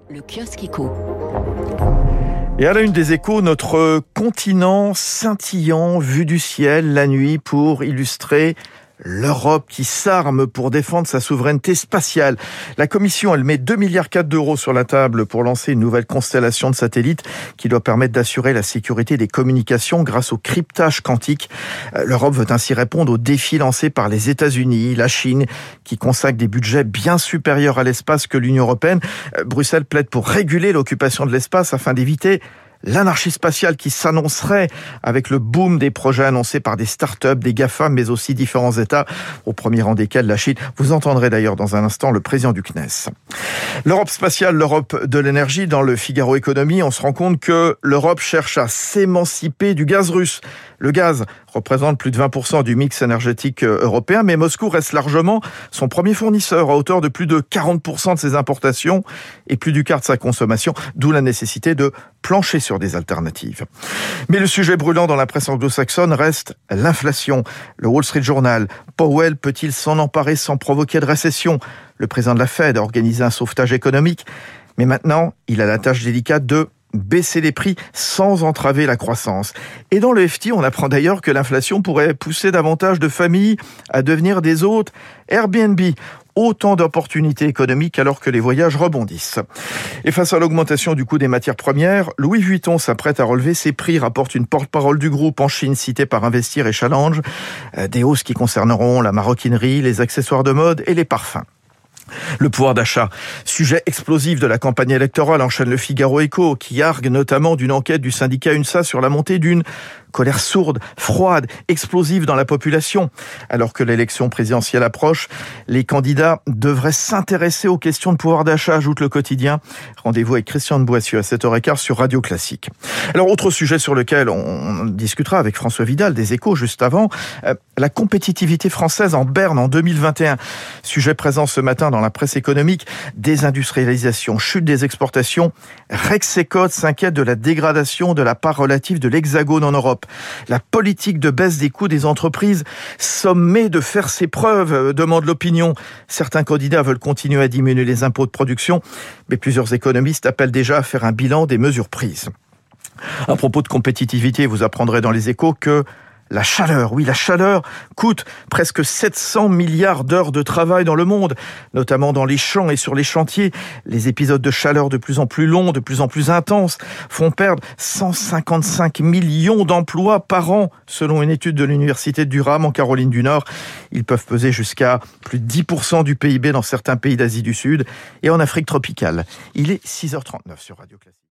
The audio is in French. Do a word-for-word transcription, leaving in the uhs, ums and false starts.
Le kiosque éco. Et à la une des Échos, notre continent scintillant vu du ciel la nuit pour illustrer l'Europe qui s'arme pour défendre sa souveraineté spatiale. La Commission, elle met deux virgule quatre milliards d'euros sur la table pour lancer une nouvelle constellation de satellites qui doit permettre d'assurer la sécurité des communications grâce au cryptage quantique. L'Europe veut ainsi répondre aux défis lancés par les États-Unis, la Chine, qui consacrent des budgets bien supérieurs à l'espace que l'Union européenne. Bruxelles plaide pour réguler l'occupation de l'espace afin d'éviter l'anarchie spatiale qui s'annoncerait avec le boom des projets annoncés par des start-up, des GAFA, mais aussi différents États, au premier rang desquels la Chine. Vous entendrez d'ailleurs dans un instant le président du C N E S. L'Europe spatiale, l'Europe de l'énergie, dans le Figaro Économie, on se rend compte que l'Europe cherche à s'émanciper du gaz russe. Le gaz représente plus de vingt pour cent du mix énergétique européen, mais Moscou reste largement son premier fournisseur, à hauteur de plus de quarante pour cent de ses importations et plus du quart de sa consommation, d'où la nécessité de plancher sur des alternatives. Mais le sujet brûlant dans la presse anglo-saxonne reste l'inflation. Le Wall Street Journal, Powell peut-il s'en emparer sans provoquer de récession ? Le président de la Fed a organisé un sauvetage économique, mais maintenant, il a la tâche délicate de baisser les prix sans entraver la croissance. Et dans le F T, on apprend d'ailleurs que l'inflation pourrait pousser davantage de familles à devenir des hôtes Airbnb. Autant d'opportunités économiques alors que les voyages rebondissent. Et face à l'augmentation du coût des matières premières, Louis Vuitton s'apprête à relever ses prix, rapporte une porte-parole du groupe en Chine citée par Investir et Challenge. Des hausses qui concerneront la maroquinerie, les accessoires de mode et les parfums. Le pouvoir d'achat, sujet explosif de la campagne électorale, enchaîne le Figaro Éco, qui argue notamment d'une enquête du syndicat UNSA sur la montée d'une colère sourde, froide, explosive dans la population. Alors que l'élection présidentielle approche, les candidats devraient s'intéresser aux questions de pouvoir d'achat, ajoute le quotidien. Rendez-vous avec Christian de Boissieu à sept heures quinze sur Radio Classique. Alors, autre sujet sur lequel on discutera avec François Vidal des Échos juste avant, euh, la compétitivité française en berne en deux mille vingt et un. Sujet présent ce matin dans la presse économique, désindustrialisation, chute des exportations. Rexecode s'inquiète de la dégradation de la part relative de l'Hexagone en Europe. La politique de baisse des coûts des entreprises sommée de faire ses preuves, demande l'opinion. Certains candidats veulent continuer à diminuer les impôts de production, mais plusieurs économistes appellent déjà à faire un bilan des mesures prises. À propos de compétitivité, vous apprendrez dans les Échos que la chaleur, oui, la chaleur coûte presque sept cents milliards d'heures de travail dans le monde, notamment dans les champs et sur les chantiers. Les épisodes de chaleur de plus en plus longs, de plus en plus intenses, font perdre cent cinquante-cinq millions d'emplois par an, selon une étude de l'Université de Durham en Caroline du Nord. Ils peuvent peser jusqu'à plus de dix pour cent du P I B dans certains pays d'Asie du Sud et en Afrique tropicale. Il est six heures trente-neuf sur Radio Classique.